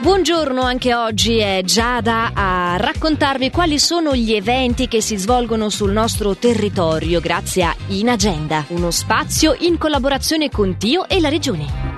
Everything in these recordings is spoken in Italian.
Buongiorno, anche oggi è Giada a raccontarvi quali sono gli eventi che si svolgono sul nostro territorio grazie a In Agenda, uno spazio in collaborazione con Tio e la Regione.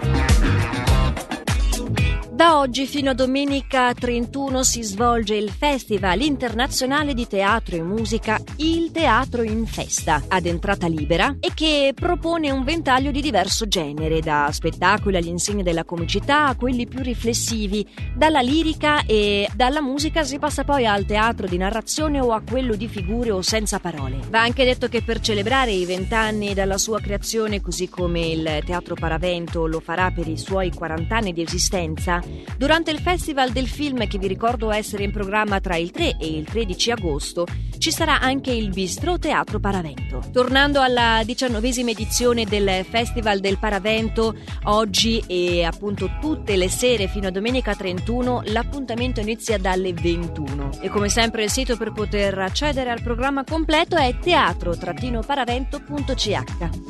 Da oggi fino a domenica 31 si svolge il Festival Internazionale di Teatro e Musica Il Teatro in Festa, ad entrata libera, e che propone un ventaglio di diverso genere, da spettacoli agli insegni della comicità a quelli più riflessivi, dalla lirica e dalla musica si passa poi al teatro di narrazione o a quello di figure o senza parole. Va anche detto che per celebrare i 20 anni dalla sua creazione, così come il Teatro Paravento lo farà per i suoi 40 anni di esistenza, durante il Festival del Film, che vi ricordo essere in programma tra il 3 e il 13 agosto, ci sarà anche il Bistro Teatro Paravento. Tornando alla 19ª edizione del Festival del Paravento, oggi e appunto tutte le sere fino a domenica 31 l'appuntamento inizia dalle 21 e come sempre il sito per poter accedere al programma completo è teatro-paravento.ch.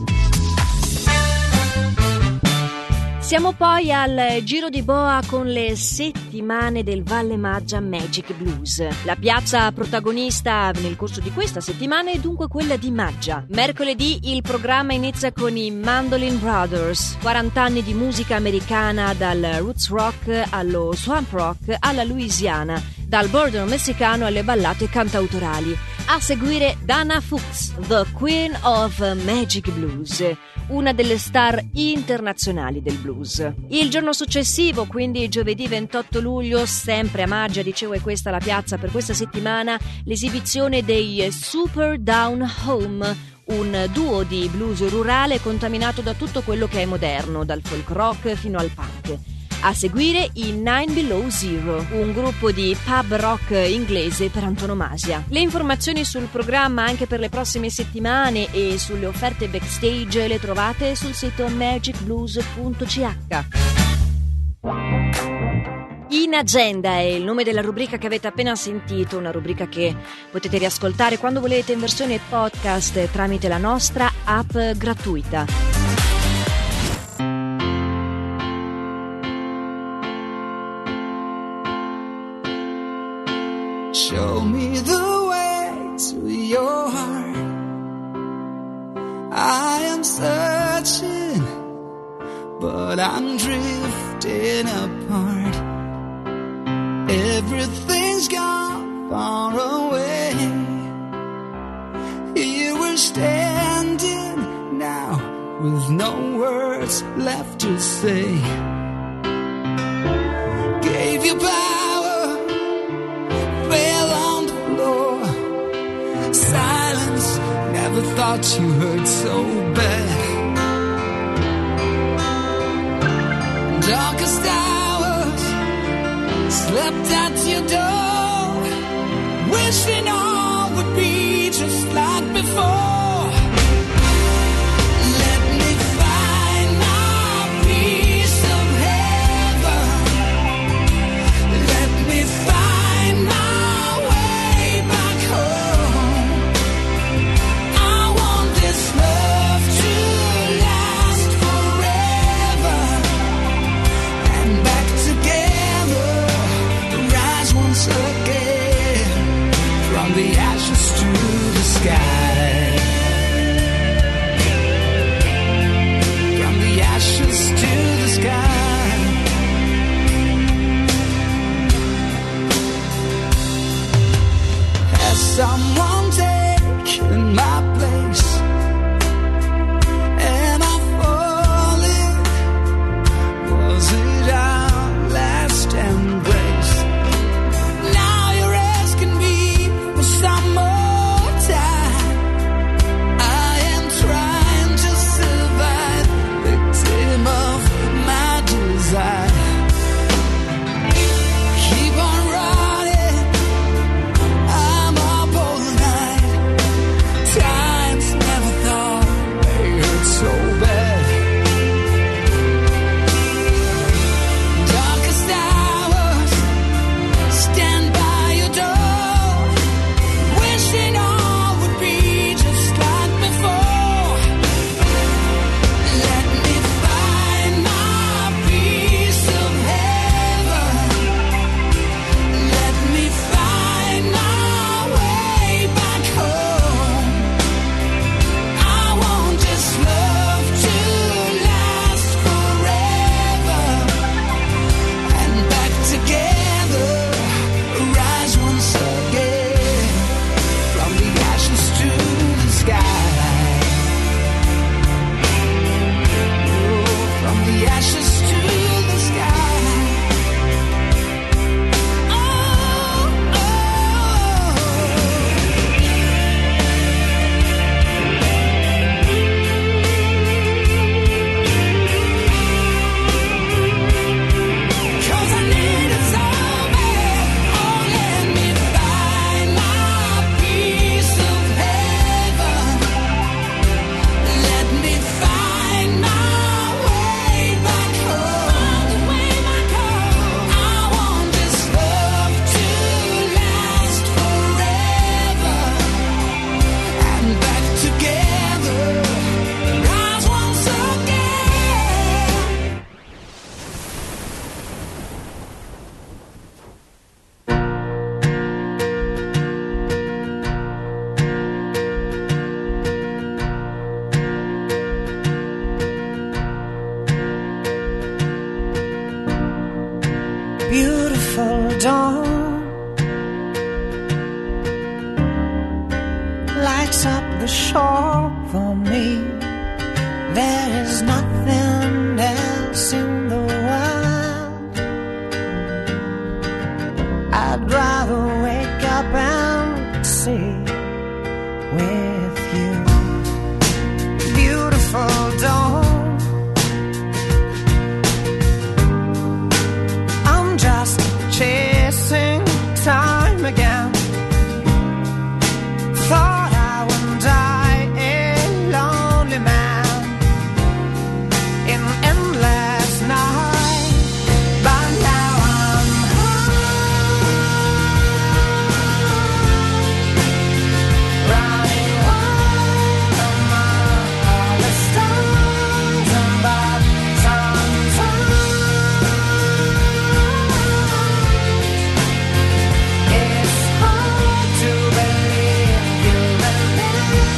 Siamo poi al giro di boa con le settimane del Valle Maggia Magic Blues. La piazza protagonista nel corso di questa settimana è dunque quella di Maggia. Mercoledì il programma inizia con i Mandolin Brothers, 40 anni di musica americana dal roots rock allo swamp rock alla Louisiana, dal border messicano alle ballate cantautorali. A seguire Dana Fuchs, The Queen of Magic Blues, una delle star internazionali del blues. Il giorno successivo, quindi giovedì 28 luglio, sempre a Maggia, dicevo, è questa la piazza per questa settimana, l'esibizione dei Super Down Home, un duo di blues rurale contaminato da tutto quello che è moderno, dal folk rock fino al punk. A seguire i Nine Below Zero, un gruppo di pub rock inglese per antonomasia. Le informazioni sul programma anche per le prossime settimane e sulle offerte backstage le trovate sul sito magicblues.ch. In Agenda è il nome della rubrica che avete appena sentito, una rubrica che potete riascoltare quando volete in versione podcast tramite la nostra app gratuita. Show me the way to your heart. I am searching, but I'm drifting apart. Everything's gone far away. Here we're standing now with no words left to say. Gave you power, fell on the floor. Silence, never thought you hurt so bad. Darkest hours, slept at your door, wishing all would be just like before. The ashes to the sky. beautiful dawn lights up the shore for me. There is nothing else in the world. I'd rather wake up and see with you. Beautiful dawn, I'm just chasing time again. Thought I would die a lonely man in endless night, but now I'm high, running wild among all the stars above. Sometimes it's hard to believe you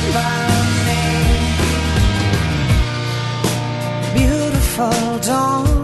remember me. Beautiful dawn,